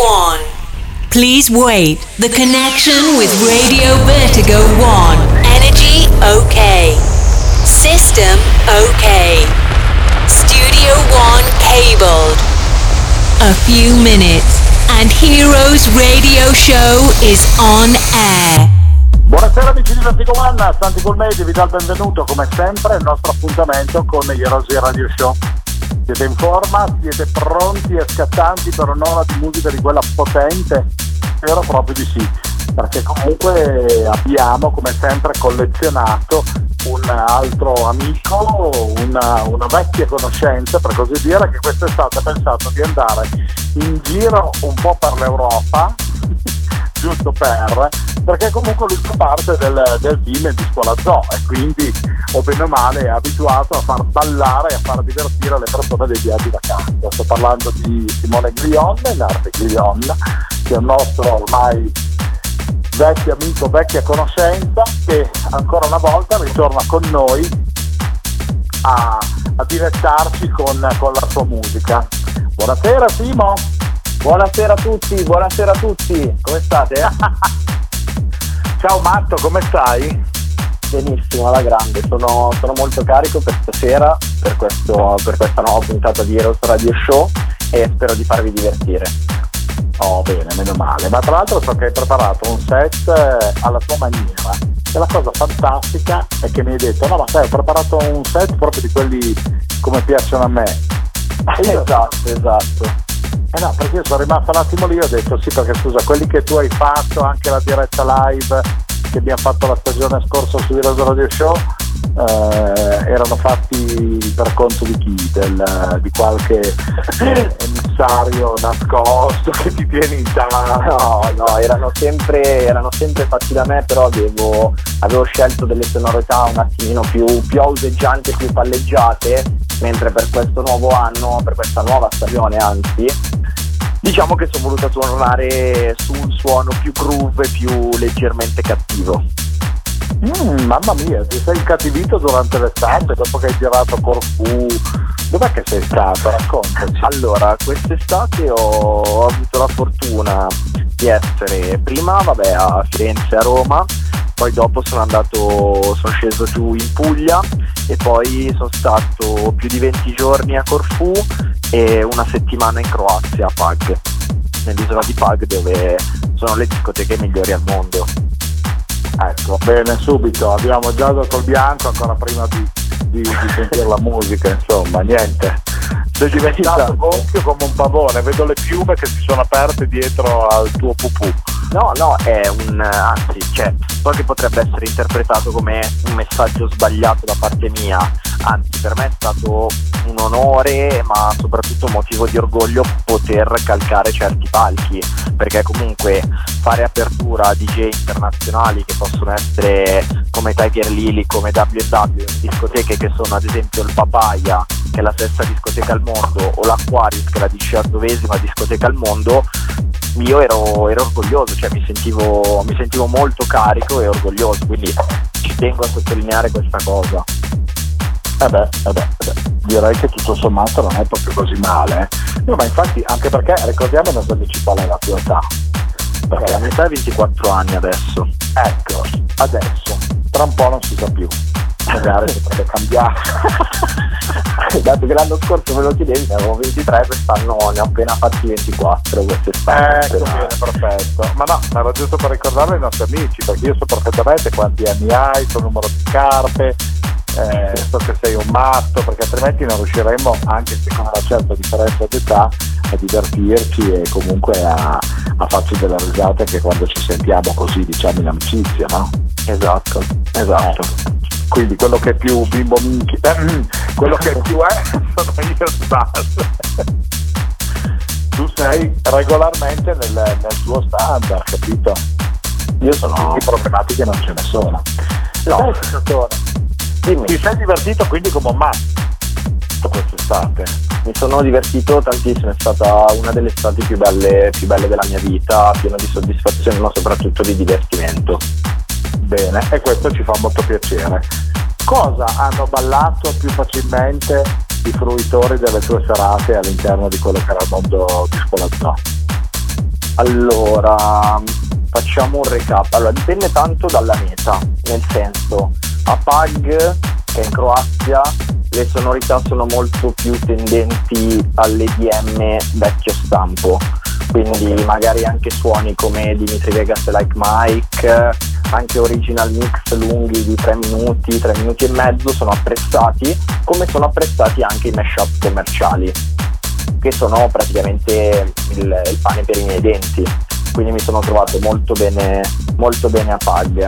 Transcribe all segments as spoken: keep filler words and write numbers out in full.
One. Please wait. The connection with Radio Vertigo One. Energy okay. System okay. Studio One cabled. A few minutes and Heroes Radio Show is on air. Buonasera amici di Vertigo One, Santi Colmedi vi dà il benvenuto come sempre al nostro appuntamento con Heroes Radio Show. Siete in forma? Siete pronti e scattanti per un'ora di musica di quella potente? Spero proprio di sì, perché comunque abbiamo come sempre collezionato un altro amico, una, una vecchia conoscenza per così dire, che quest'estate ha pensato di andare in giro un po' per l'Europa giusto per, perché comunque lui fa parte del, del team di Scuola Zoo e quindi o bene o male è abituato a far ballare e a far divertire le persone dei viaggi da casa. Sto parlando di Simone Glion, Narte Glion, che è un nostro ormai vecchio amico, vecchia conoscenza, che ancora una volta ritorna con noi a, a dilettarci con, con la sua musica. Buonasera Simo! Buonasera a tutti, buonasera a tutti, come state? Ciao Matto, come stai? Benissimo, alla grande, sono, sono molto carico per stasera, per, questo, per questa nuova puntata di Heroes Radio Show e spero di farvi divertire. Oh bene, meno male, ma tra l'altro so che hai preparato un set alla tua maniera e la cosa fantastica è che mi hai detto no ma sai ho preparato un set proprio di quelli come piacciono a me. Io... esatto, esatto. Eh no, perché io sono rimasto un attimo lì e ho detto sì, perché scusa, quelli che tu hai fatto, anche la diretta live che abbiamo fatto la stagione scorsa su Heroes Radio Show, eh, erano fatti per conto di chi? Del, di qualche emissario nascosto che ti tiene in tavola? No, no, erano sempre, erano sempre fatti da me, però avevo, avevo scelto delle sonorità un attimino più, più auseggianti, più palleggiate, mentre per questo nuovo anno, per questa nuova stagione anzi, diciamo che sono voluto tornare su un suono più groove, più leggermente cattivo. Mm, mamma mia, ti sei incattivito durante l'estate, dopo che hai girato Corfù. Dov'è che sei stato? Raccontaci. Allora, quest'estate ho, ho avuto la fortuna di essere prima, vabbè, a Firenze e a Roma, poi dopo sono andato, sono sceso giù in Puglia e poi sono stato più di venti giorni a Corfù e una settimana in Croazia a Pag, nell'isola di Pag, dove sono le discoteche migliori al mondo. Ecco, bene, subito abbiamo già dato il bianco ancora prima di, di, di sentire la musica, insomma, niente. Sei diventato gonfio come un pavone, vedo le piume che si sono aperte dietro al tuo pupù. No, no, è un, anzi, cioè, so che potrebbe essere interpretato come un messaggio sbagliato da parte mia, anzi per me è stato un onore ma soprattutto un motivo di orgoglio poter calcare certi palchi, perché comunque fare apertura a D J internazionali che possono essere come Tiger Lily, come W W in discoteche che sono ad esempio il Papaya, che è la sesta discoteca al mondo, o l'Aquarius, che è la diciannovesima discoteca al mondo, io ero, ero orgoglioso, cioè mi sentivo, mi sentivo molto carico e orgoglioso, quindi ci tengo a sottolineare questa cosa. Eh beh, eh beh, eh beh, direi che tutto sommato non è proprio così male. Eh. No, ma infatti, anche perché ricordiamo ai nostri amici qual è la tua età. Perché la mia età è ventiquattro anni adesso. Ecco, adesso, tra un po' non si sa più. Magari si potrebbe cambiare. Dato che l'anno scorso me lo chiedevi, ne avevo ventitré, quest'anno ne ho appena fatti ventiquattro quest'estate. Ecco, bene, perfetto. Ma no, ma era giusto per ricordare ai nostri amici, perché io so perfettamente quanti anni hai, il tuo numero di scarpe, eh, so che sei un matto, perché altrimenti non riusciremo, anche se con una certa differenza d'età, a divertirci e comunque a, a farci delle risate anche quando ci sentiamo così, diciamo, in amicizia, no? Esatto, esatto. Eh. Quindi quello che è più bimbo minchi, eh, quello che più è sono io Stas. Tu sei regolarmente nel, nel tuo standard, capito? Io sono di problematiche non ce ne sono. No, dimmi. Ti sei divertito quindi come un matto quest'estate? Mi sono divertito tantissimo, è stata una delle estati più belle, più belle della mia vita, piena di soddisfazione ma soprattutto di divertimento. Bene, e questo ci fa molto piacere. Cosa hanno ballato più facilmente i fruitori delle tue serate all'interno di quello che era il mondo di Scuola Zoo? Allora, facciamo un recap. Allora, dipende tanto dalla meta, nel senso, a Pag, che è in Croazia, le sonorità sono molto più tendenti all'E D M vecchio stampo, quindi magari anche suoni come Dimitri Vegas e Like Mike, anche original mix lunghi di tre minuti, tre minuti e mezzo sono apprezzati, come sono apprezzati anche i mashup commerciali, che sono praticamente il, il pane per i miei denti, quindi mi sono trovato molto bene, molto bene a Pag.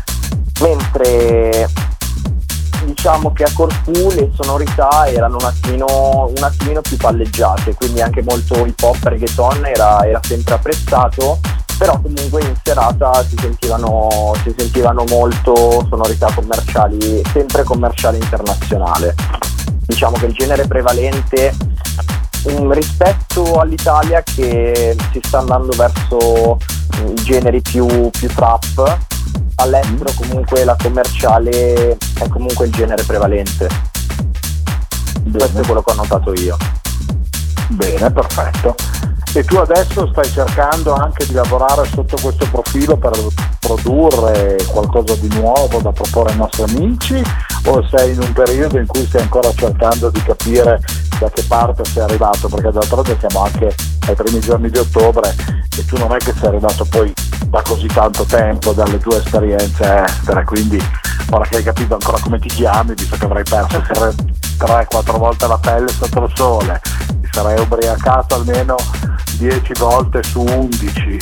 Mentre diciamo che a Corfu le sonorità erano un attimino, un attimino più palleggiate, quindi anche molto hip hop, reggaeton era, era sempre apprezzato, però comunque in serata si sentivano, si sentivano molto sonorità commerciali, sempre commerciale internazionale. Diciamo che il genere prevalente, um, rispetto all'Italia che si sta andando verso um, generi più, più trap, all'estero comunque la commerciale è comunque il genere prevalente. Bene. Questo è quello che ho notato io. Bene, perfetto. E tu adesso stai cercando anche di lavorare sotto questo profilo per produrre qualcosa di nuovo da proporre ai nostri amici, o sei in un periodo in cui stai ancora cercando di capire da che parte sei arrivato? Perché d'altronde siamo anche ai primi giorni di ottobre e tu non è che sei arrivato poi da così tanto tempo dalle tue esperienze estere, quindi ora che hai capito ancora come ti chiami, visto che avrai perso tre quattro volte la pelle sotto il sole, ti sarai ubriacato almeno dieci volte su undici,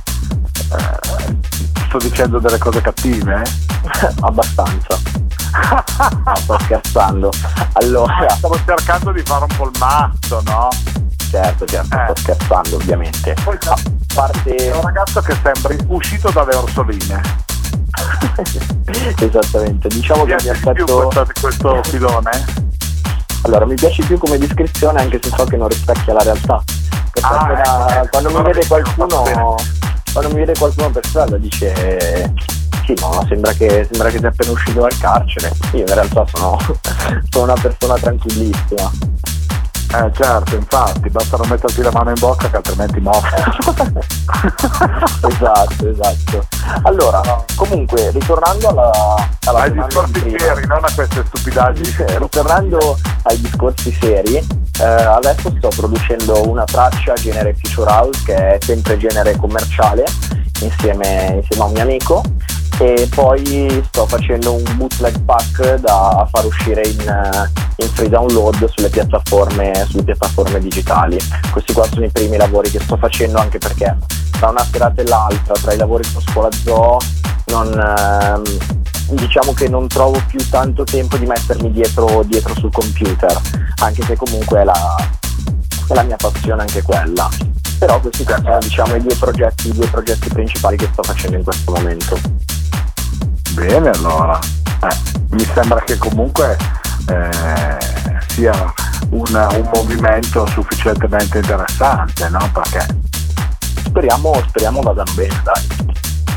eh, sto dicendo delle cose cattive? Eh? Abbastanza. No, sto scherzando. Allora, stavo cercando di fare un po' il matto, no? Certo, certo, eh. sto scherzando ovviamente. Poi a parte è un ragazzo che sembri uscito dalle orsoline. Esattamente, diciamo mi che mi aspetto questo, questo filone? Allora, mi piace più come descrizione, anche se so che non rispecchia la realtà. Perché ah, appena, ecco, quando, mi vede qualcuno, quando mi vede qualcuno per strada dice sì, no, sembra che sembra che sia appena uscito dal carcere. Io in realtà sono, sono una persona tranquillissima. Eh certo, infatti, basta non metterti la mano in bocca che altrimenti morti. Esatto, esatto. Allora, comunque, ritornando alla, alla ai discorsi seri, non a queste stupidaggini. Ritornando ai discorsi seri, eh, adesso sto producendo una traccia genere Future House, che è sempre genere commerciale, insieme, insieme a un mio amico, e poi sto facendo un bootleg pack da far uscire in, in free download sulle piattaforme, sulle piattaforme digitali. Questi qua sono i primi lavori che sto facendo, anche perché tra una serata e l'altra, tra i lavori con Scuola Zoo, non, ehm, diciamo che non trovo più tanto tempo di mettermi dietro, dietro sul computer, anche se comunque è la, è la mia passione anche quella. Però questi qua sono, diciamo, i due progetti, i due progetti principali che sto facendo in questo momento. Bene, allora, eh, mi sembra che comunque eh, sia un, un movimento sufficientemente interessante, no? Perché speriamo, speriamo vadano bene, dai.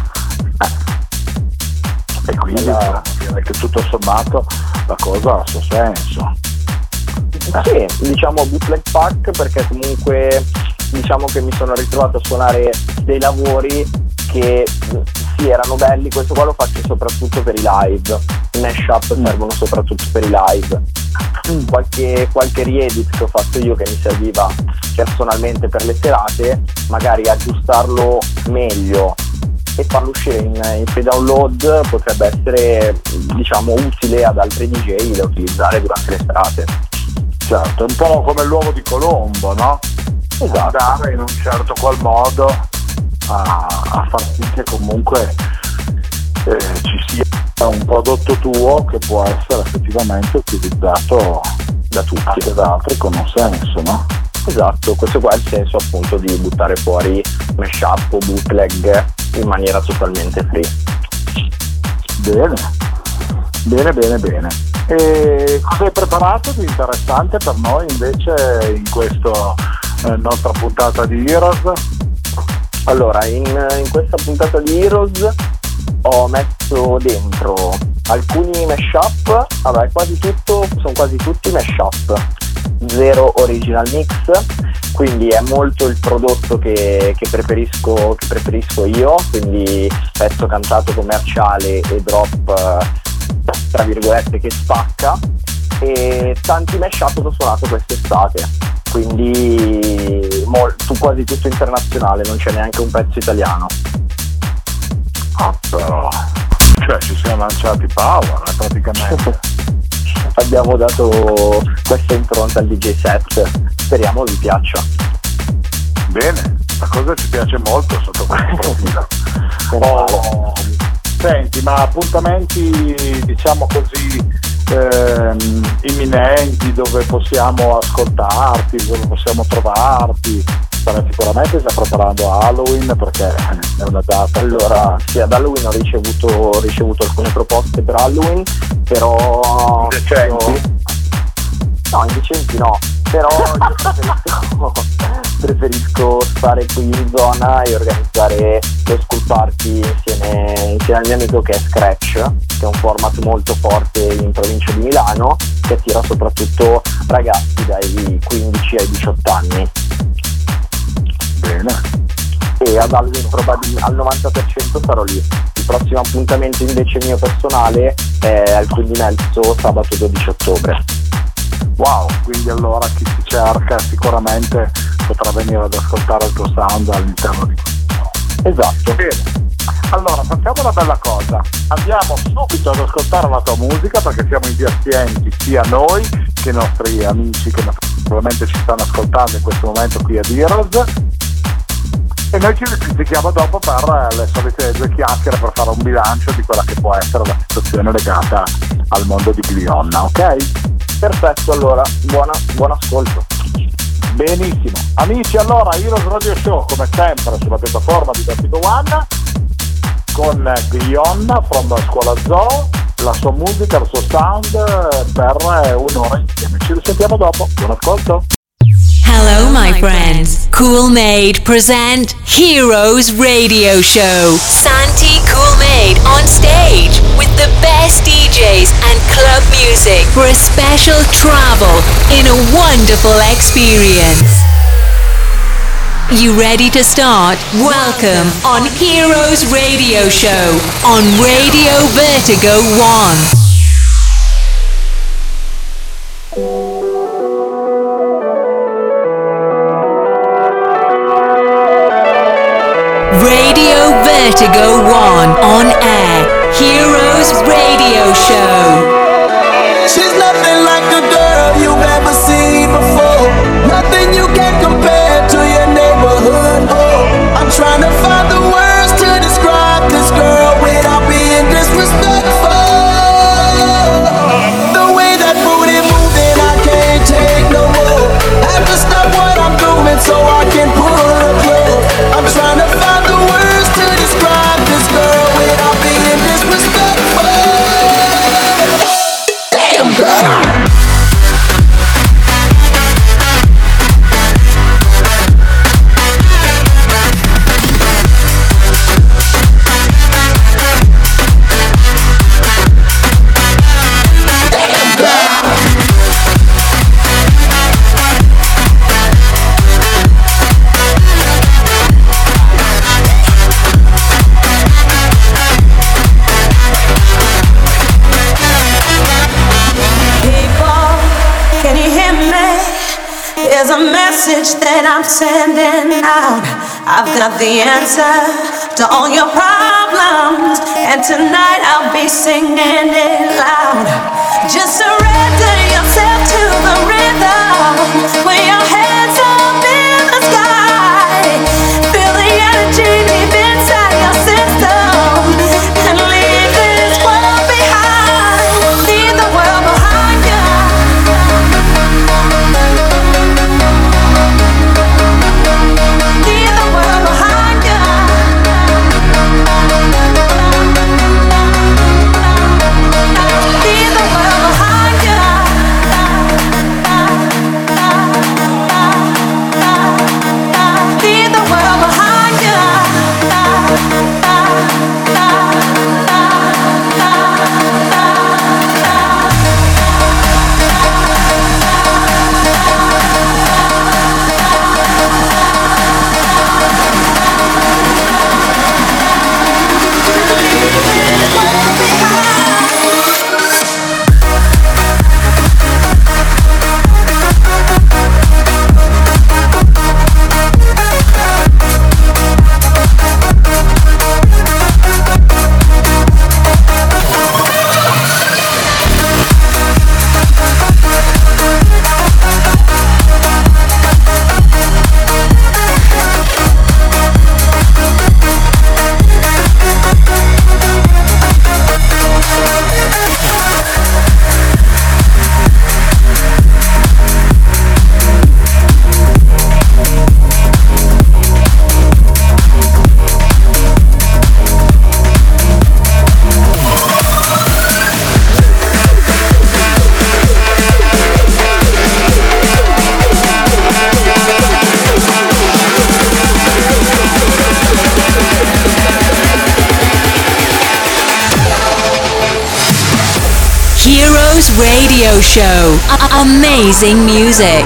Eh. E quindi allora, direi che tutto sommato la cosa ha suo senso. Sì, diciamo bootleg pack, perché comunque diciamo che mi sono ritrovato a suonare dei lavori che sì, erano belli. Questo qua lo faccio soprattutto per i live, i mashup mm. servono soprattutto per i live. Qualche, qualche re-edit che ho fatto io, che mi serviva personalmente per le serate, magari aggiustarlo meglio e farlo uscire in, in free download potrebbe essere, diciamo, utile ad altri D J da utilizzare durante le serate. Certo, è un po' come l'uovo di Colombo, no? Esatto. Andare in un certo qual modo a, a far sì che comunque eh, ci sia un prodotto tuo che può essere effettivamente utilizzato da tutti e da altri con un senso, no? Esatto, questo qua è il senso appunto di buttare fuori mashup o bootleg in maniera totalmente free. Bene, bene, bene, bene. E cosa hai preparato di interessante per noi invece in questa eh, nostra puntata di Heroes? Allora, in, in questa puntata di Heroes ho messo dentro alcuni mashup, vabbè, quasi tutto, sono quasi tutti mashup, zero original mix, quindi è molto il prodotto che, che preferisco che preferisco io, quindi pezzo cantato commerciale e drop tra virgolette che spacca, e tanti mashup che ho suonato quest'estate, quindi mol, tu quasi tutto internazionale, non c'è neanche un pezzo italiano. Ah, però cioè ci siamo lanciati power eh, praticamente. Abbiamo dato questa impronta al D J set, speriamo vi piaccia. Bene, la cosa ci piace molto sotto questo profilo. Oh, senti, ma appuntamenti diciamo così ehm, imminenti dove possiamo ascoltarti, dove possiamo trovarti? Starà sicuramente già preparando Halloween perché è una data. Allora sì, ad Halloween ho ricevuto, ho ricevuto alcune proposte per Halloween, però indecenti? Io... no, indecenti no, però io preferisco, preferisco stare qui in zona e organizzare lo School Party insieme, insieme al mio amico che è Scratch, che è un format molto forte in provincia di Milano, che attira soprattutto ragazzi dai quindici ai diciotto anni. Bene. E ad Halloween probabilmente al novanta per cento sarò lì. Il prossimo appuntamento invece mio personale è al Quindimezzo sabato dodici ottobre. Wow, quindi allora chi ti cerca sicuramente potrà venire ad ascoltare il tuo sound all'interno di questo. Esatto. Bene. Allora facciamo una bella cosa, andiamo subito ad ascoltare la tua musica perché siamo impazienti sia noi che i nostri amici che naturalmente ci stanno ascoltando in questo momento qui ad Heroes, e noi ci risentiamo dopo per le solite due chiacchiere per fare un bilancio di quella che può essere la situazione legata al mondo di Glionna, ok? Perfetto, allora buona, buon ascolto. Benissimo, amici, allora Heroes Radio Show come sempre sulla piattaforma di Vertigo One con Glionna from Scuola Zoo, la sua musica, il suo sound per un'ora insieme. Ci risentiamo dopo, buon ascolto. Hello, my friends. Cool Made present Heroes Radio Show. Santi Cool Made on stage with the best D Js and club music for a special travel in a wonderful experience. You ready to start? Welcome on Heroes Radio Show on Radio Vertigo One. Radio Vertigo One on air. Heroes Radio Show. She's nothing like a girl you've ever seen before. Nothing you can compare to your neighborhood. Oh, I'm trying to find the words to describe this girl without being disrespectful. The way that booty moving, I can't take no more. Have to stop what I'm doing so I can pull her close. I'm trying to find the words to describe this girl without being disrespectful. Damn girl. There's a message that I'm sending out. I've got the answer to all your problems, and tonight I'll be singing it loud. Just surrender yourself to the rhythm. Put your hands up in the sky. Feel the energy deep inside your system, and leave this world behind. Leave the world behind you. Leave the world behind you. Leave the world behind you. Radio Show. A- amazing music.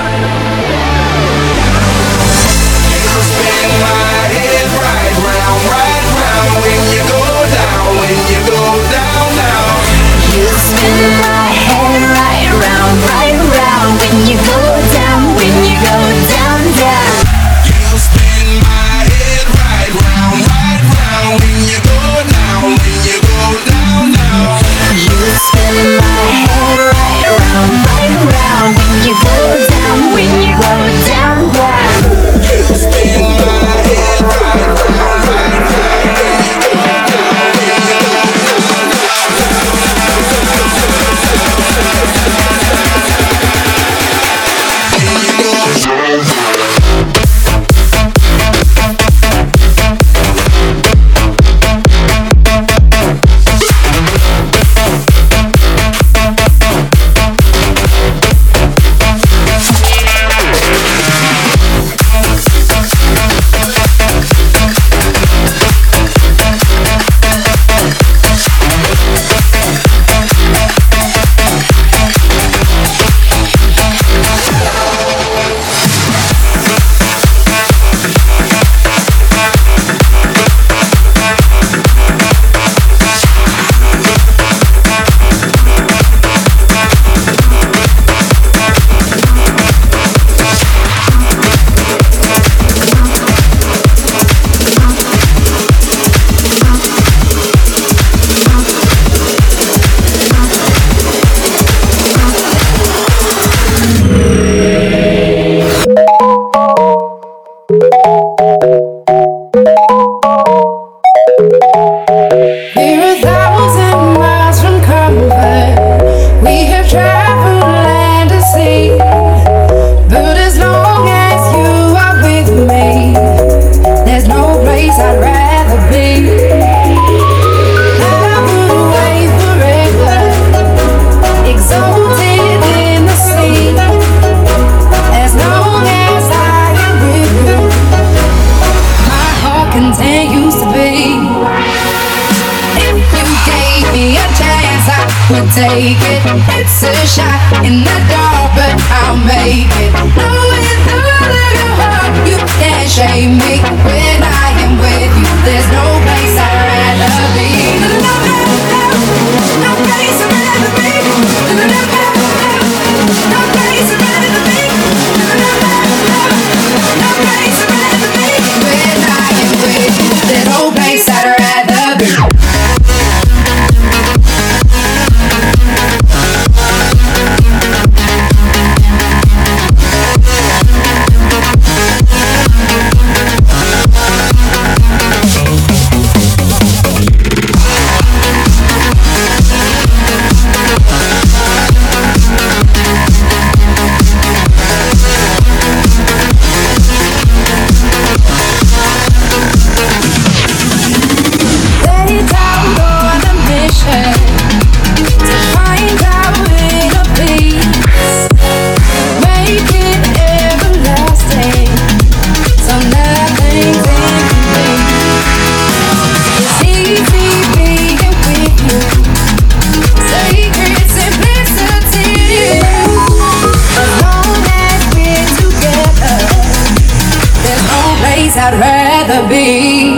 Take it, it's a shot in the dark, but I'll make it. Knowing the look of your heart, you can't shame me. When I am with you, there's no place I'd rather be. No, no, no, no, no place I'd rather be. No, no, no, no, no place I'd rather be. No, no, no, no, no place I'd rather be. When I am with you, there's no place I'd rather be. I'd rather be.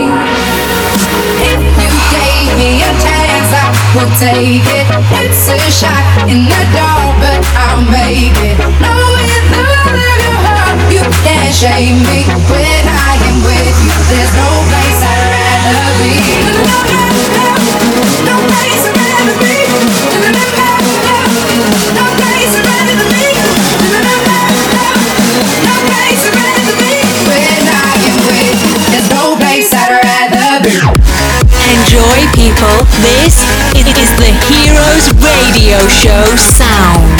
If you gave me a chance, I would take it. It's a shot in the dark, but I'll make it. Knowing the look of your heart, you can't shame me. When I am with you, there's no place I'd rather be. No, no, no, no place I'd rather be. No, no, no, no place I'd rather be. No, no, no, no place I'd rather be. When I am with you, there's no place I'd rather be. Enjoy, people. This is the Heroes Radio Show sound.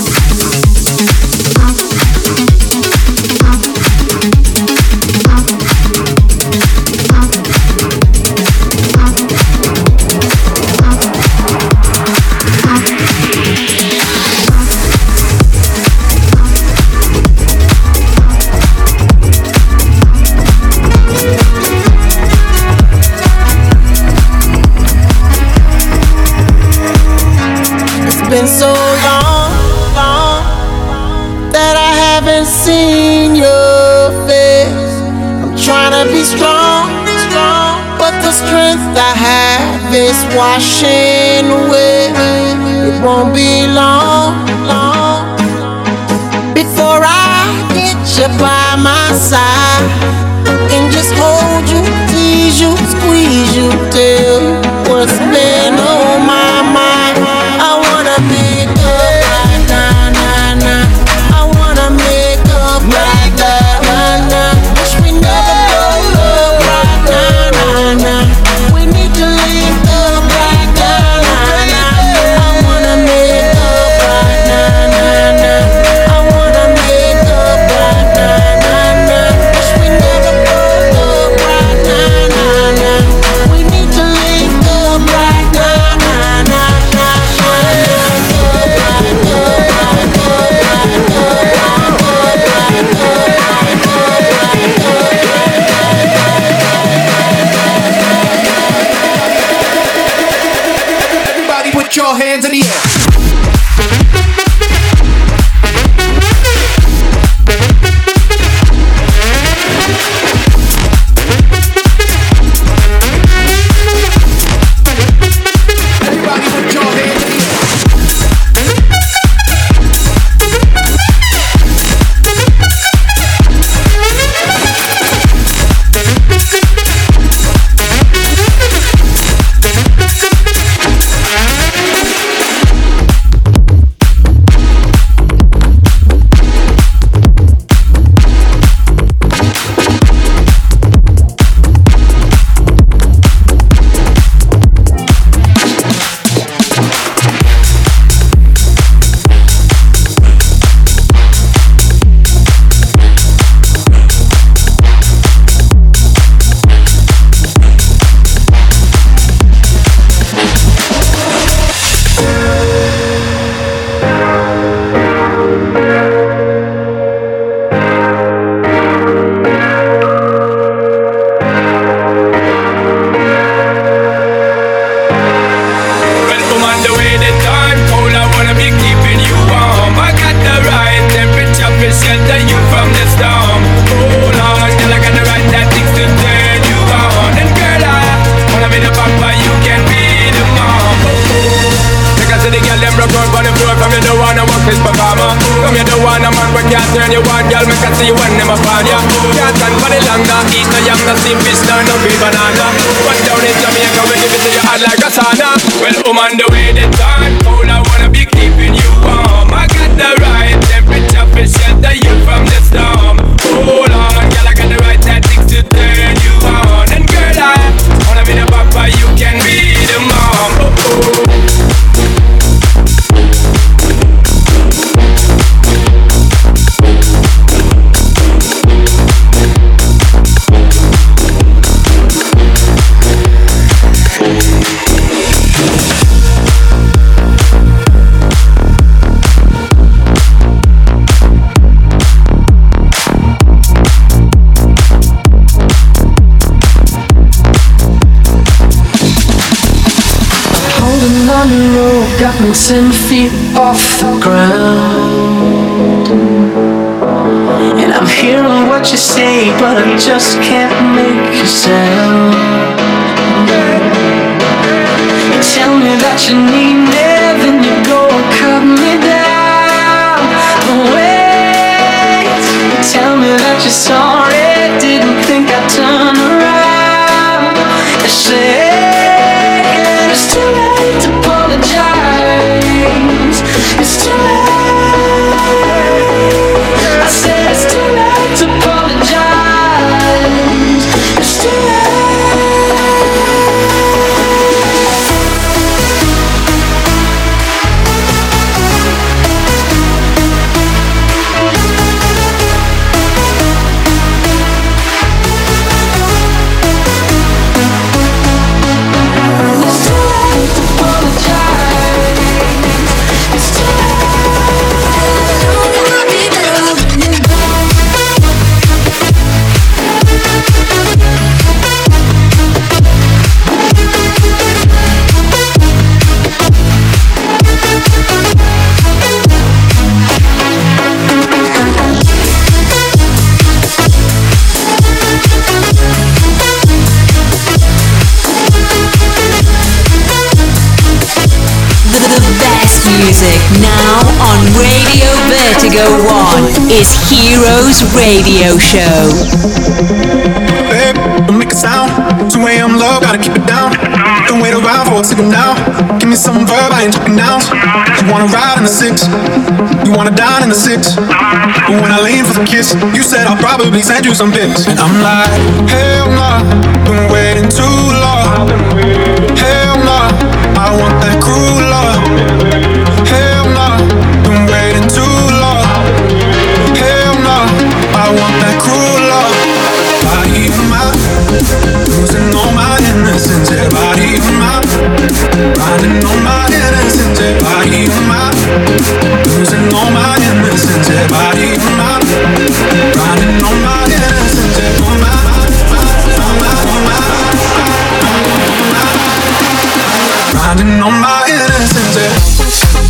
We'll be right back. been so long, long that I haven't seen your face. I'm trying to be strong, strong, but the strength I have is washing away. It won't be long, long before I get you by my side and just hold you, tease you, squeeze you, tell you what's been on my mind. I wanna make up right now, nah, nah. I wanna make up right now, nah, nah. Wish we never broke up right now, nah, nah. We need to link up right now, nah, nah. I wanna make up right now, nah, nah. I wanna make up right now, nah, nah. Wish we never broke up right now, nah, nah. We need to link up right now, nah, nah, nah. Everybody put your hands in the air. Everybody put your hands in the air. Got me ten feet off the ground, and I'm hearing what you say, but I just can't make a sound. You tell me that you need me, then you go and cut me down. Wait, you tell me that you're sorry, didn't think I'd turn around. You say it's too late to apologize. It's too late. I said it's too late to apologize. It's too late. music now on Radio Vertigo One is Heroes Radio Show. Babe, don't make a sound. two a.m. love, gotta keep it down. Don't wait around for a signal now. Give me some verb, I ain't talking nouns. You wanna ride in the six, you wanna dine in the six. But when I lean for the kiss, you said I'll probably send you some pics. And I'm like, hell nah, been waiting too long. Hell nah, I want that cruel love. Hell nah, been waiting too long. Hell nah, I want that cruel love. Body of mine, losing all my innocence. Yeah, body of mine, grinding on my innocence. Yeah, body of mine, losing all my innocence. Yeah, body of mine, grinding on my innocence. Yeah, on my, on my, on my, on my, grinding on my innocence. Yeah.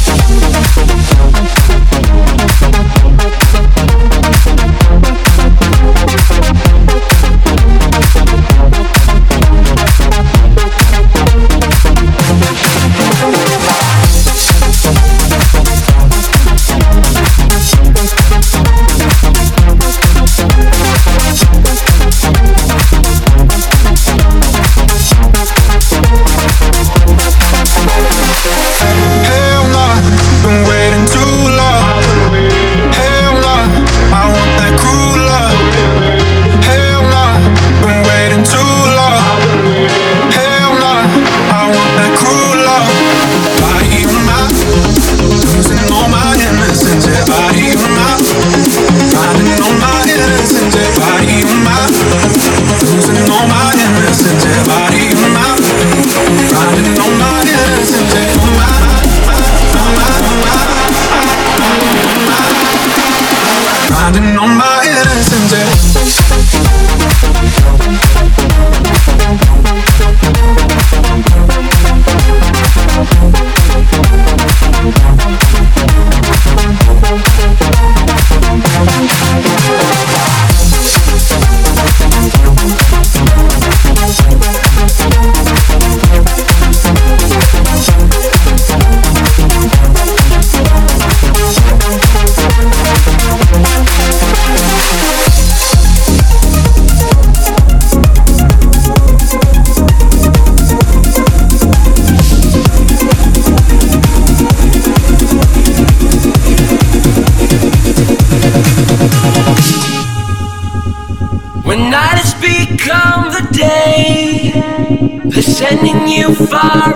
Sending you far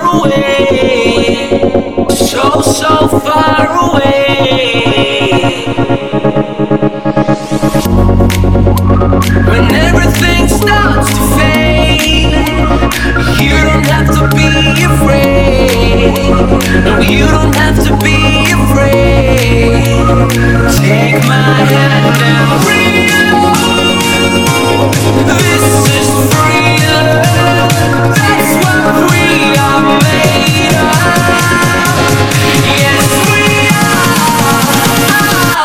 away, so, so far away. When everything starts to fade, you don't have to be afraid. No, you don't have to be afraid. Take my hand and real. This is freedom. That's what we are made of. Yes, we are.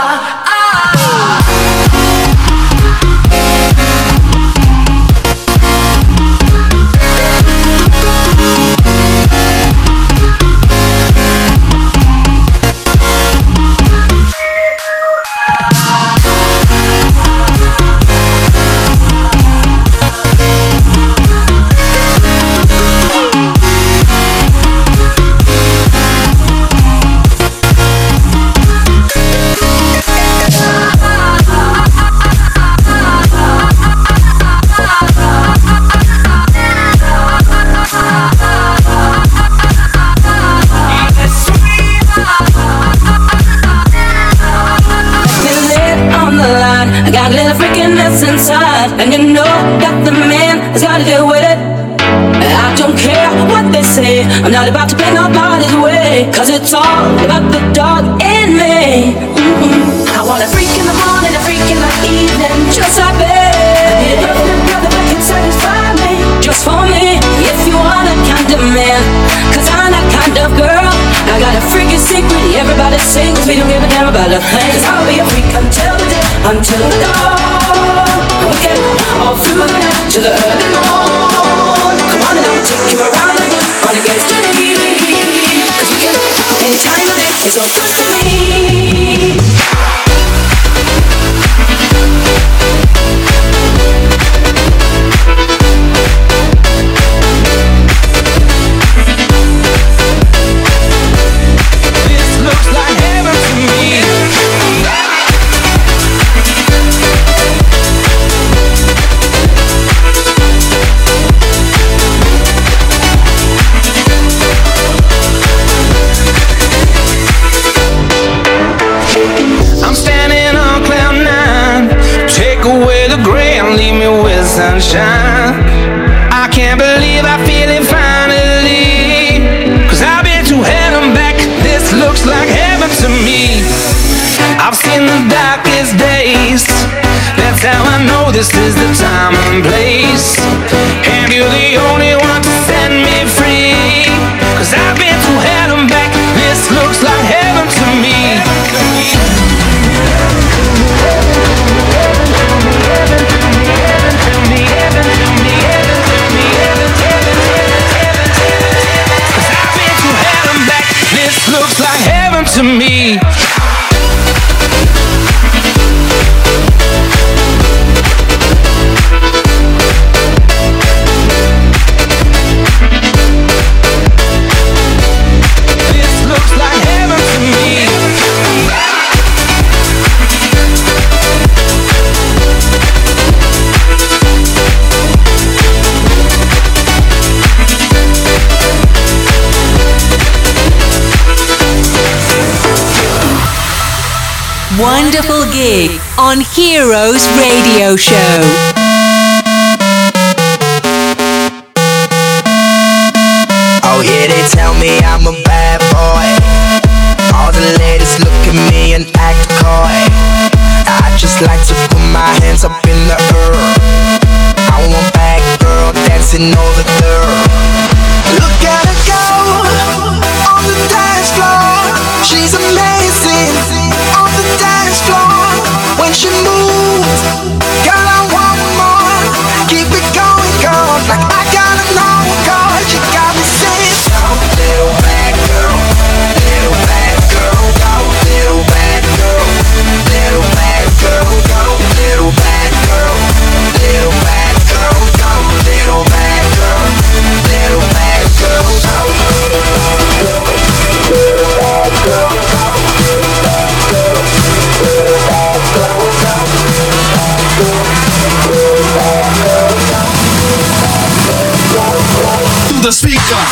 Inside, and you know that the man has got to deal with it. I don't care what they say, I'm not about to pay nobody's way, cause it's all about the dog in me. Mm-hmm. I want a freak in the morning, a freak in the evening, just like me. I need a perfect brother that can satisfy me, just for me. If you want that kind of man, cause I'm that kind of girl. I got a freaky secret, everybody sings, we don't give a damn about a thing. Cause I'll be a freak until the day, until the dawn. We get all through the night to the early morn. Come on and I'll take you around the world on against the heat. Cause we can anytime. so close to me. This looks like heaven to me. I'm standing on cloud nine. Take away the gray and leave me with sunshine. I can't believe I feel it finally. Cause I've been to hell and back. This looks like heaven to me. I've seen the darkest days. That's how I know this is the time and place. And you're the only one to set me free. Cause I've been to hell and back. This looks like heaven to me. This looks like heaven to me. This looks like heaven to me. Wonderful gig on Heroes Radio Show. Oh yeah, they tell me I'm a bad boy. All the ladies look at me and act coy. I just like to put my hands up in the air. I want bad girl dancing over there. Look at her go on the dance floor. She's amazing on the dance floor. When she moves, girl, I want more. Keep it going, girl, like I gotta know, girl. You got me saying, go, little bad girl, little bad girl, go, little bad girl, little bad girl, go, little bad girl, little bad girl, go, little bad girl, little bad girl, go, little bad girl, To the speaker.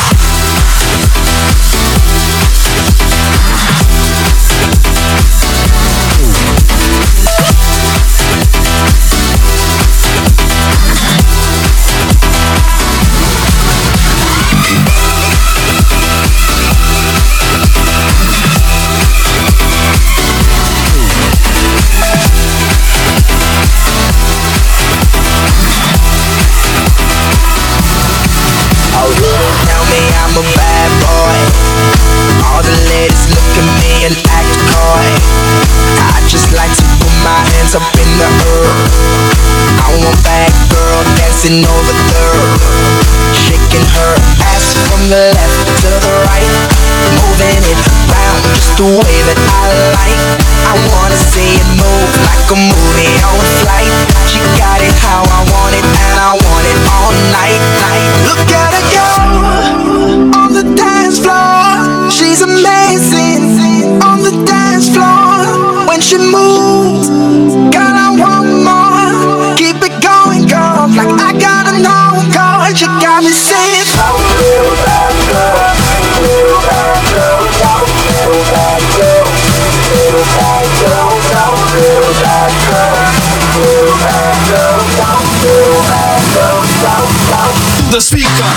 I'm a bad boy. All the ladies look at me and act coy. I just like to put my hands up in the air. I want bad girl dancing over there, shaking her ass from the left to the right, moving it around just the way that I like. I wanna see it move like a movie on flight. She got it how I want it, and I want it all night, night. Look at her go on the dance floor. She's amazing on the dance floor. When she moves, girl, I want more. Keep it going, girl, like I gotta know, girl. You got me saying, oh, little bad girl, little bad girl, little bad girl, little bad girl, little bad girl, little bad girl, little bad girl. To the speaker.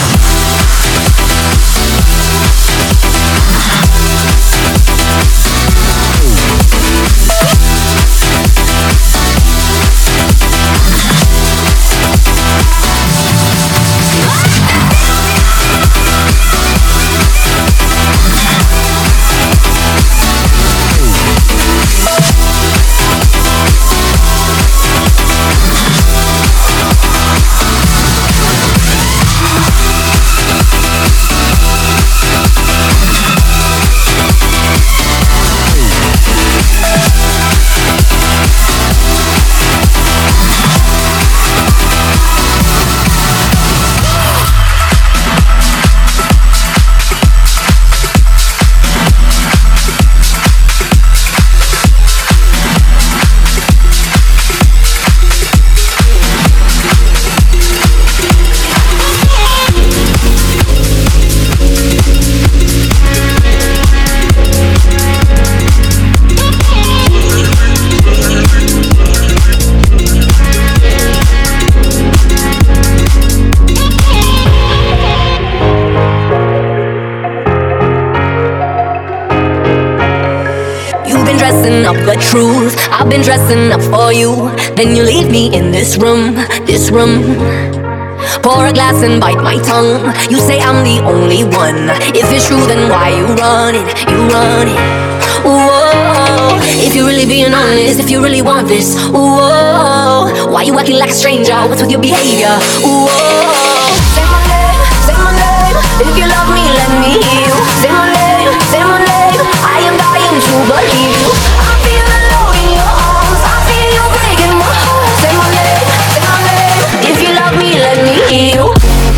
dressing up the truth. I've been dressing up for you. Then you leave me in this room, this room. Pour a glass and bite my tongue. You say I'm the only one. If it's true, then why you running? You running? Whoa. If you're really being honest, if you really want this, whoa. Why you acting like a stranger? What's with your behavior? Whoa. Say my name, say my name. If you love me, let me hear you. Say my name, say my name. I am dying to believe you. I feel alone in your arms. I feel you breaking my heart. Say my name, say my name. If you love me, let me hear you.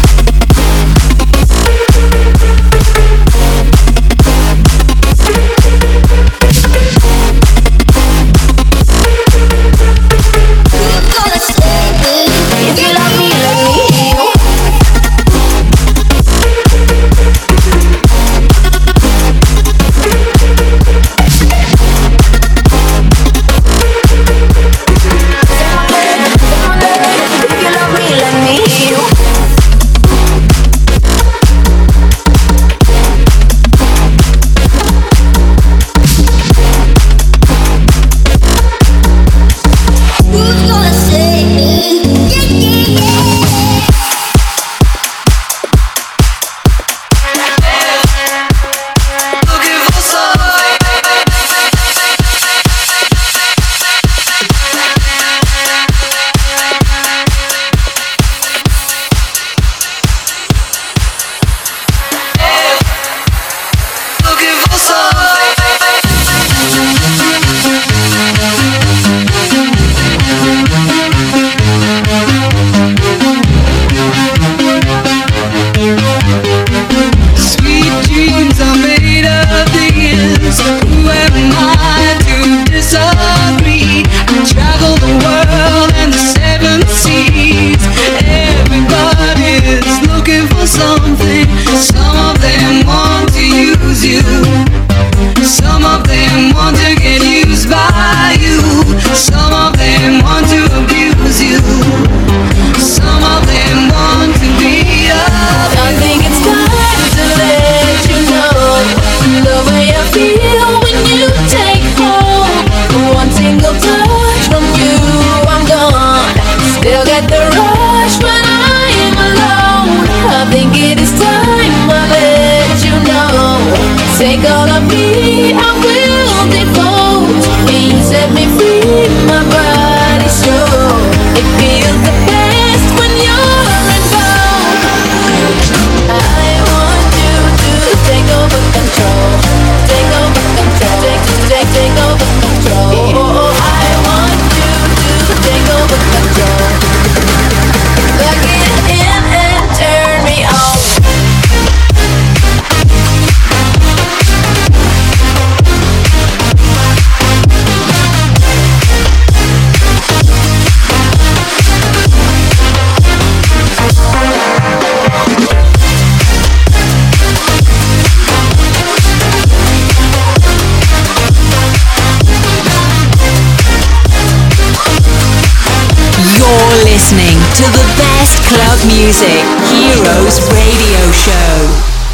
To the best club music, Heroes Radio Show.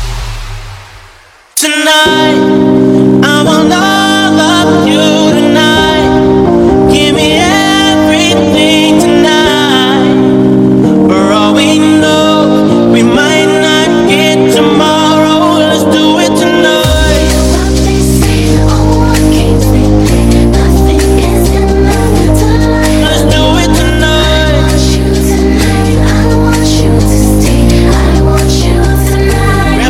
Tonight, I want all of you tonight. Give me everything tonight. For all we know, we might not get tomorrow. Let's do it tonight. Let's do it tonight.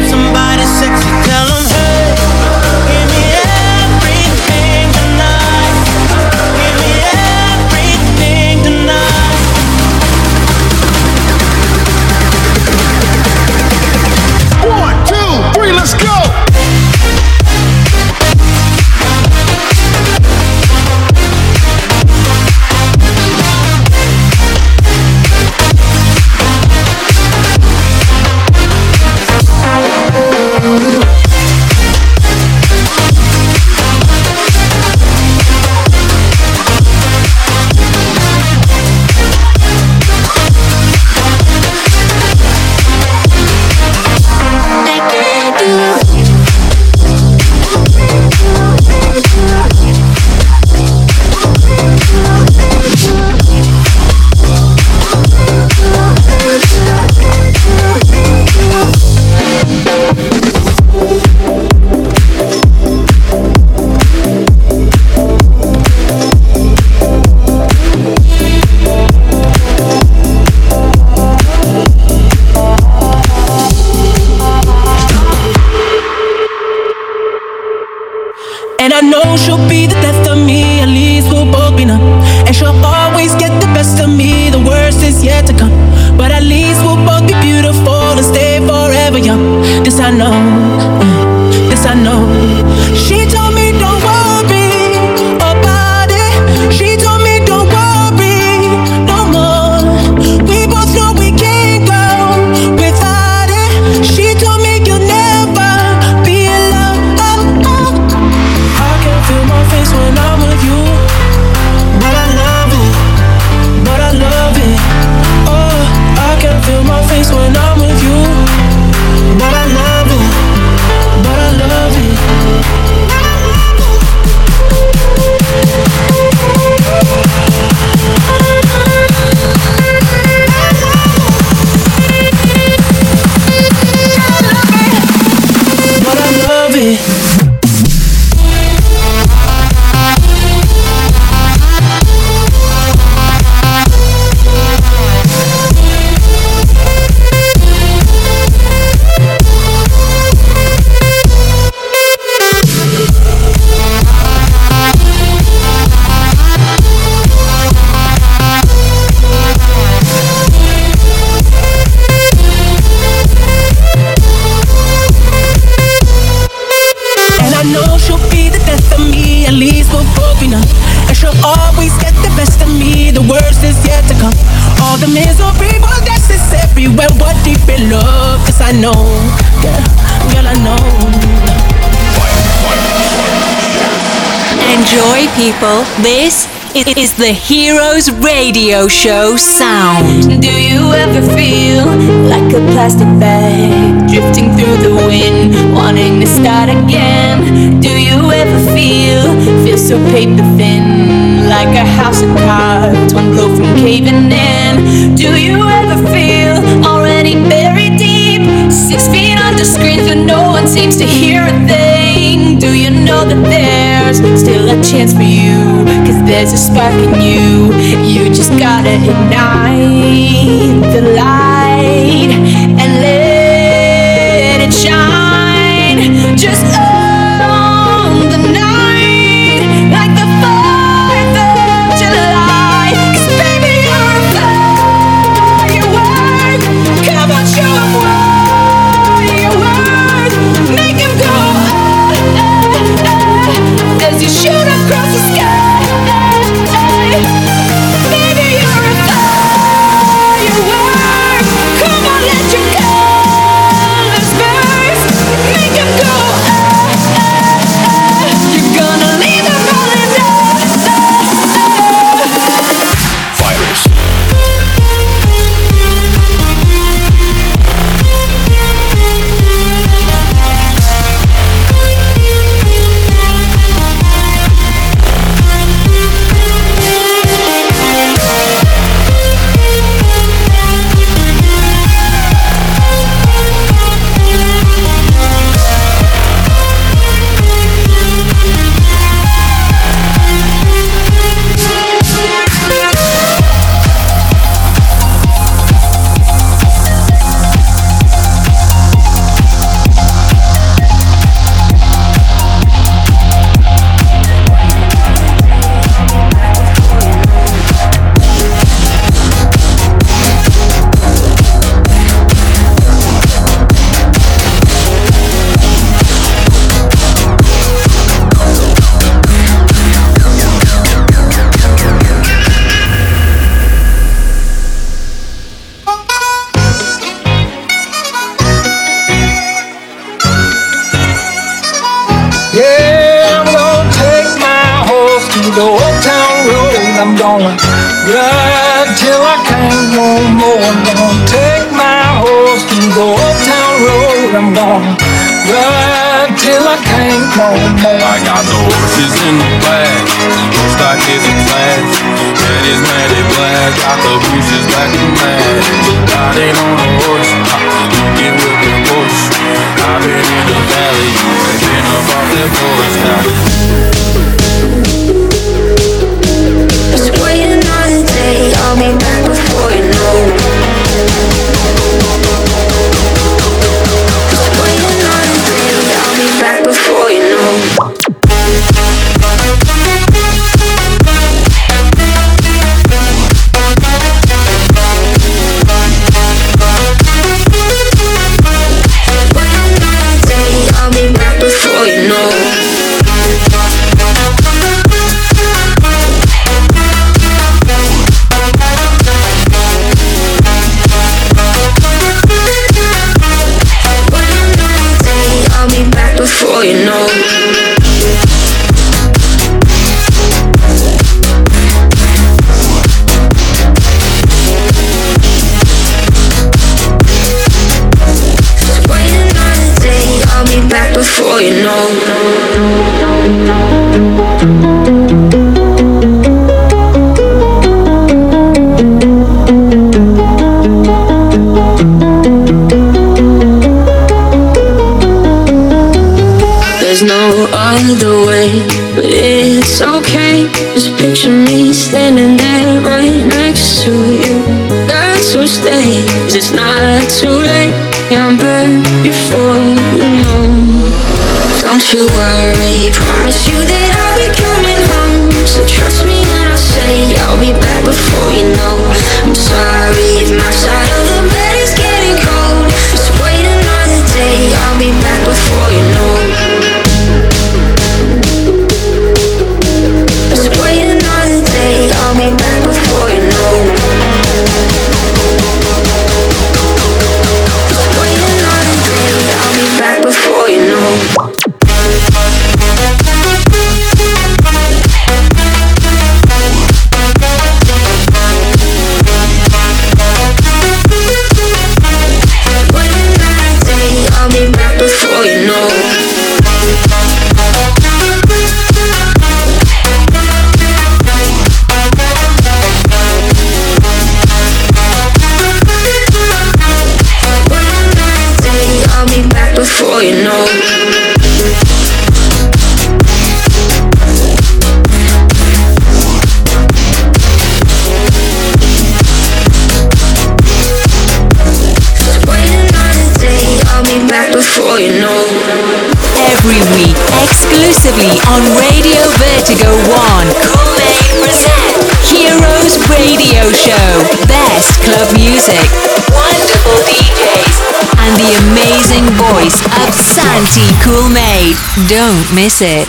And I know she'll be the death of me, at least we'll both be numb. And she'll always get the best of me, the worst is yet to come. But at least we'll both be beautiful and stay forever young. This I know, this I know. She told me don't worry about it. She told me don't worry no more. We both know we can't go without it. She told me you'll never be alone. I can feel my face when I'm with you, but I love it, but I love it. Oh, I can feel my face when I'm with you, but I love it, but I love it. But I love it. The misery was necessary when we're deep in love. Yes, I know, girl, girl, I know. Enjoy, people. This is the Heroes Radio Show sound. Do you ever feel like a plastic bag drifting through the wind, wanting to start again? Do you ever feel, feel so paper thin, like a house of cards, one blow from caving in? Do you ever feel already buried deep, six feet under screens but no one seems to hear a thing? Do you know that there's still a chance for you, cause there's a spark in you, you just gotta ignite the light and let it shine. Just own the night like the fourth of July. Cause baby you're a firework. Come on, show 'em what you're worth. Make 'em go ah, ah, ah, as you shoot across the sky. Baby you're a firework. Come on, let your colors burst. Make 'em go ah, ah, ah. You're gonna leave them rolling up, ah, ah. Fighters. Yeah, I'm gonna take my horse to the old town road. I'm gonna ride till I can't no more. I'm gonna take my horse to the old town road. I'm gonna ride till I can't no more. I got the horses in the back, looks like it's a class. Head is matted black, got the bushes black and mad. Riding on a horse, you get with the bush. I've been in the valley, been up off that forest now. Just waiting on the day I'll be back before you know. Just waiting on the day I'll be back before you know. before you know. I'll be back before you know. There's no other way, but it's okay. Just picture me standing there right next to you. That's what stays, it's not too late. I'm back before you know. Don't you worry, promise you that I'll be coming home. So trust me when I say I'll be back before you know. I'm sorry if my side of the bed is getting cold. Just wait another day, I'll be back before you know. Just wait another day, I'll be back before you know. Back before you know. I'll be back before you know. I'll be back before you know. Just wait another day, I'll be back before you know. Every week, exclusively on Radio Vertigo One, Cool Made present Heroes Radio Show. Best club music, wonderful D Js, and the amazing voice of Santi Cool Made. Don't miss it.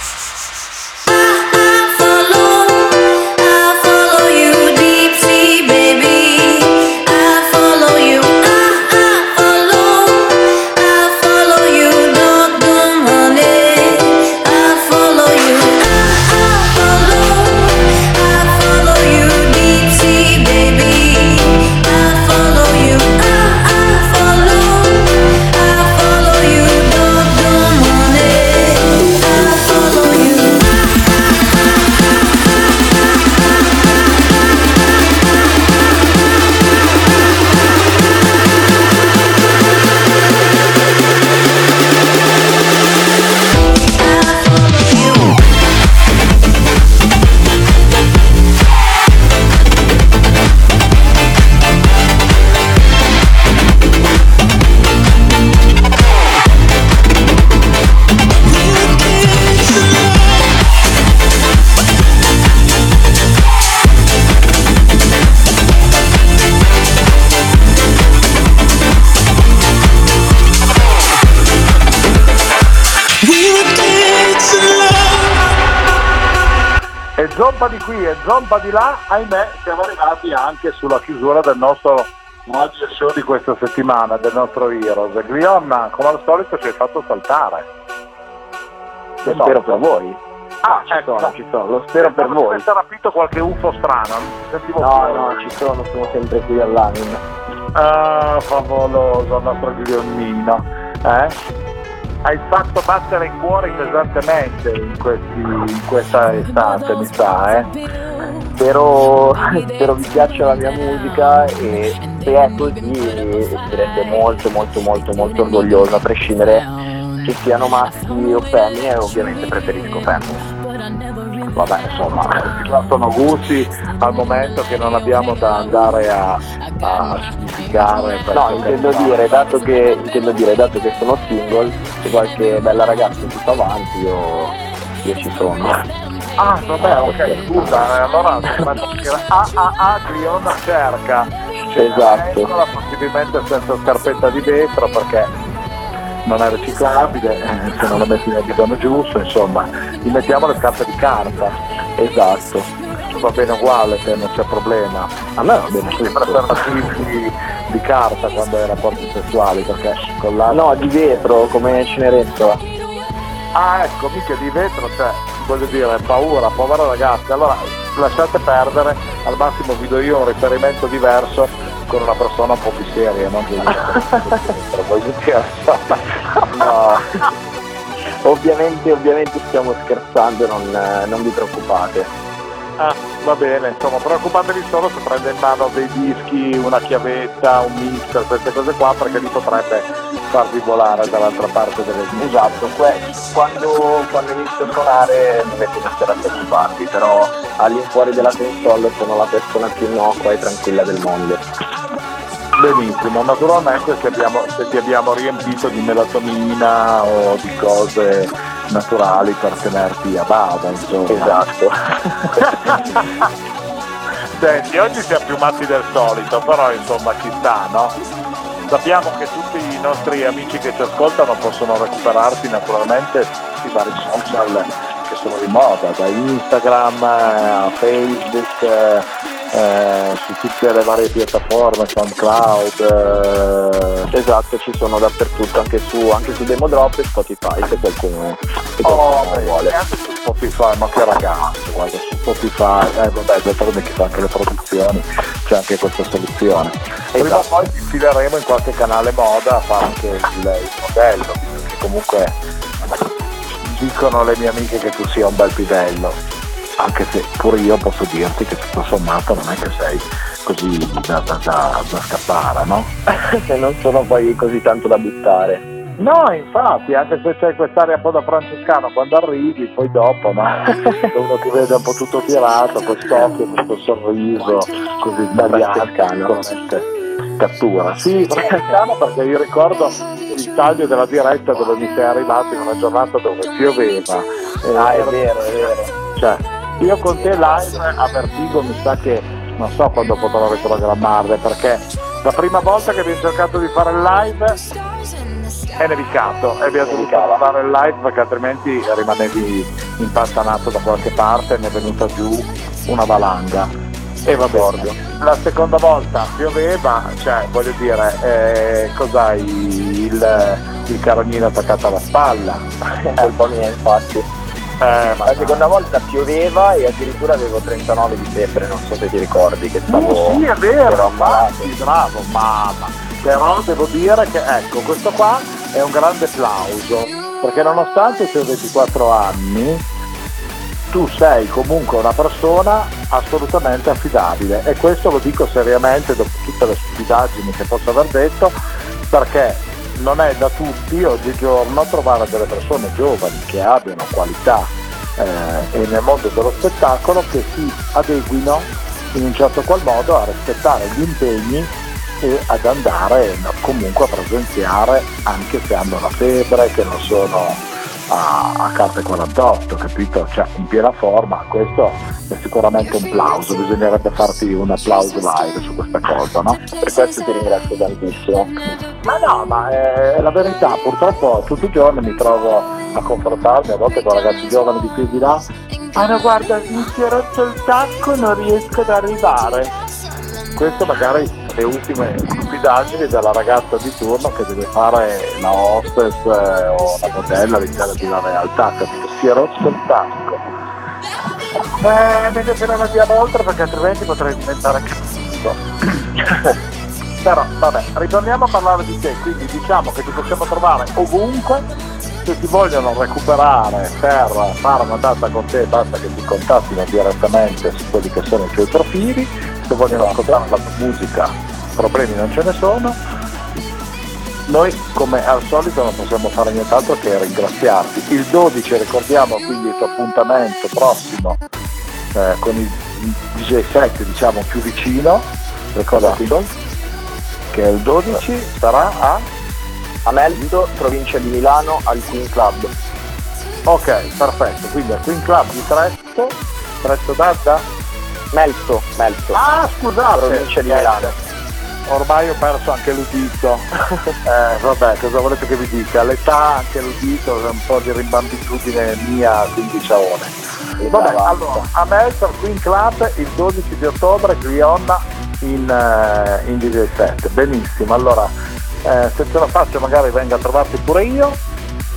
Zompa di qui e zompa di là, ahimè siamo arrivati anche sulla chiusura del nostro radio show di questa settimana, del nostro Heroes. Glionna, come al solito ci hai fatto saltare. Lo spero per voi. Ah, ci ecco, sono, ci sono, lo spero per voi. Si è rapito qualche U F O strano, non ti sentivo No, più. no, ci sono, sono sempre qui all'anima. Ah, favoloso il nostro Glionnino, eh? Hai fatto battere il cuore pesantemente in, questi, in questa estate, mi sa, eh? Spero, spero vi piaccia la mia musica e se è così mi rende molto molto molto molto orgoglioso, a prescindere che siano maschi o femmine, ovviamente preferisco femmine. Vabbè, insomma, sono gusti al momento che non abbiamo da andare a, a significare. No, intendo dire, dato che intendo dire, dato che sono single, se qualche bella ragazza si fa avanti, io, io ci sono. Ah, vabbè, ok, scusa, allora A A A Glionna cerca. Esatto. Eccola, possibilmente senza scarpetta di vetro perché non è riciclabile, eh, se non la metti nel bidone giusto, insomma, gli mettiamo le scarpe di carta. Esatto. Va bene uguale, se non c'è problema. A me va bene sempre preservativi di, di carta quando hai rapporti sessuali, perché con la... No, di vetro, come Cenerentola. Ah, ecco, mica di vetro, cioè, voglio dire, paura, povera ragazza. Allora, lasciate perdere, al massimo vi do io un riferimento diverso con una persona un po' più seria, non che io, voglio dire, no. Ovviamente, ovviamente stiamo scherzando, non, non vi preoccupate. Ah, va bene, insomma, preoccupatevi solo se prende in mano dei dischi, una chiavetta, un mixer, queste cose qua, perché lì potrebbe farvi volare dall'altra parte delle dischi. Esatto, quando, quando inizio a suonare dovete iniziare a preoccuparvi, però all'infuori della console sono la persona più innocua e tranquilla del mondo. Benissimo, naturalmente se, abbiamo, se ti abbiamo riempito di melatonina o di cose naturali per tenerti a bada, insomma. Esatto. Senti, oggi siamo più matti del solito, però insomma ci sta, no? Sappiamo che tutti i nostri amici che ci ascoltano possono recuperarsi naturalmente sui vari social che sono di moda, da Instagram a Facebook, eh, Eh, su tutte le varie piattaforme, SoundCloud, eh... esatto, ci sono dappertutto, anche su, anche su Demodrop e Spotify, se qualcuno, se qualcuno oh, vuole. Anche su Spotify, ma che ragazzo, guarda, su Spotify, eh vabbè, d'altronde chi fa anche le produzioni, c'è anche questa soluzione. Esatto. Prima o poi infileremo in qualche canale moda a fare anche il, il modello, perché comunque dicono le mie amiche che tu sia un bel pivello. Anche se pure io posso dirti che tutto sommato non è che sei così da, da, da, da scappare, no? Se non sono poi così tanto da buttare. No, infatti, anche se c'è quest'aria un po' da francescano quando arrivi, poi dopo, no? Uno ti vede un po' tutto tirato, quest'occhio, questo sorriso, così sbagliato, cattura. Sì, francescano, perché io ricordo il taglio della diretta dove mi sei arrivato in una giornata dove pioveva. Ah, è vero, è vero. Cioè, io con te live a Vertigo mi sa che non so quando potrò riprogrammarle, perché la prima volta che abbiamo cercato di fare il live è nevicato e abbiamo dovuto fare il live perché altrimenti rimanevi impantanato da qualche parte e ne è venuta giù una valanga. E va bene, la seconda volta pioveva, cioè voglio dire, eh, cos'hai il, il carognino attaccato alla spalla? Colpa mia, infatti. Eh, ma la seconda volta pioveva e addirittura avevo trentanove di febbre, non so se ti ricordi che stavo... Uh, sì, è vero, infatti, bravo, mamma. Però devo dire che, ecco, questo qua è un grande applauso, perché nonostante tu hai ventiquattro anni, tu sei comunque una persona assolutamente affidabile, e questo lo dico seriamente dopo tutte le stupidaggini che posso aver detto, perché non è da tutti oggigiorno trovare delle persone giovani che abbiano qualità eh, e nel mondo dello spettacolo che si adeguino in un certo qual modo a rispettare gli impegni e ad andare comunque a presenziare anche se hanno la febbre, che non sono a, a carte quarantotto, capito? Cioè in piena forma. Questo è sicuramente un plauso, bisognerebbe farti un applauso live su questa cosa, no? Per questo ti ringrazio tantissimo. Ma no, ma è la verità, purtroppo tutti i giorni mi trovo a confrontarmi a volte con ragazzi giovani di qui e di là. Ah no, guarda, mi si è rotto il tacco, non riesco ad arrivare. Questo magari le ultime stupidaggini della ragazza di turno che deve fare la hostess eh, o la modella all'interno di una realtà, capito? Si è rotto il tacco. Eh, meglio che non andiamo oltre, perché altrimenti potrei diventare cattivo. Però vabbè, ritorniamo a parlare di te, quindi diciamo che ti possiamo trovare ovunque. Se ti vogliono recuperare per fare una data con te, basta che ti contattino direttamente su quelli che sono i tuoi profili. Se vogliono ascoltare la tua musica, problemi non ce ne sono. Noi come al solito non possiamo fare nient'altro che ringraziarti. Il dodici, ricordiamo quindi il tuo appuntamento prossimo eh, con il D J set, diciamo, più vicino, ricordati che il dodici sarà a a Melito, provincia di Milano, al Queen Club. Ok, perfetto, quindi al Queen Club di Trezzo, Trezzo d'Adda? Melto, Melto. Ah, scusate! Provincia di Milano. Ormai ho perso anche l'udito. eh, vabbè, cosa volete che vi dica? L'età, anche l'udito, un po' di rimbambitudine mia, quindi ciaone. Vabbè, allora, a Melto, al Queen Club, il dodici di ottobre, Glionna in, uh, in D J set. Benissimo, allora... Eh, se ce la faccio magari vengo a trovarti pure io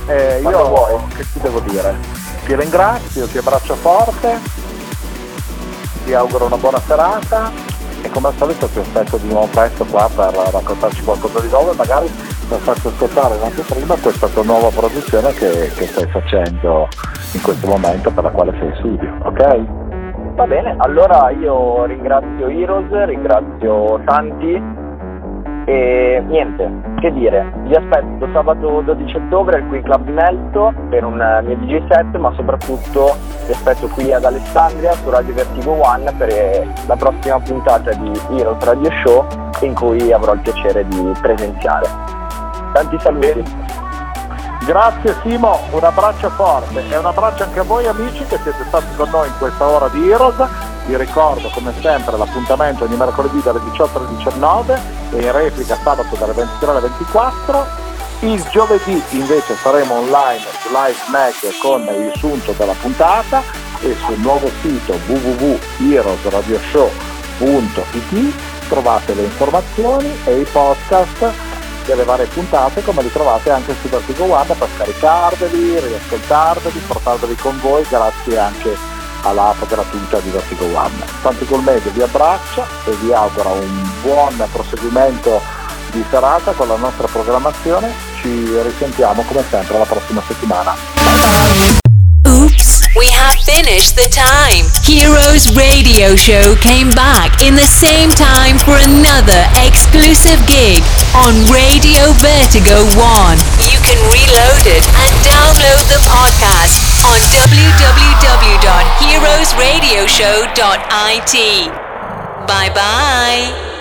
Eh, io vuoi, che ti devo dire? Ti ringrazio, ti abbraccio forte, ti auguro una buona serata e come al solito ti aspetto di nuovo presto qua per raccontarci qualcosa di nuovo e magari per farci ascoltare anche prima questa tua nuova produzione che, che stai facendo in questo momento, per la quale sei in studio, ok? Va bene, allora io ringrazio Heroes, ringrazio Santi e niente, che dire, vi aspetto sabato dodici ottobre al qui Club di Melto per un mio D J set, ma soprattutto vi aspetto qui ad Alessandria su Radio Vertigo One per la prossima puntata di Heroes Radio Show in cui avrò il piacere di presenziare. Tanti saluti. Grazie Simo, un abbraccio forte e un abbraccio anche a voi amici che siete stati con noi in questa ora di Heroes. Vi ricordo come sempre l'appuntamento ogni mercoledì dalle diciotto alle diciannove e in replica sabato dalle ventitré alle ventiquattro. Il giovedì invece saremo online su Live Mac con il sunto della puntata e sul nuovo sito w w w punto heroes radio show punto i t trovate le informazioni e i podcast delle varie puntate, come li trovate anche su Vertigo One per scaricarveli, riascoltarveli, portarveli con voi grazie anche all'app gratuita di Vertigo One. Santi Cool Made vi abbraccia e vi augura un buon proseguimento di serata con la nostra programmazione. Ci risentiamo come sempre la prossima settimana. Bye bye. Oops, we have finished the time. Heroes Radio Show came back in the same time for another exclusive gig on Radio Vertigo One. You can reload it and download the podcast on w w w dot heroes radio show dot i t. Bye bye.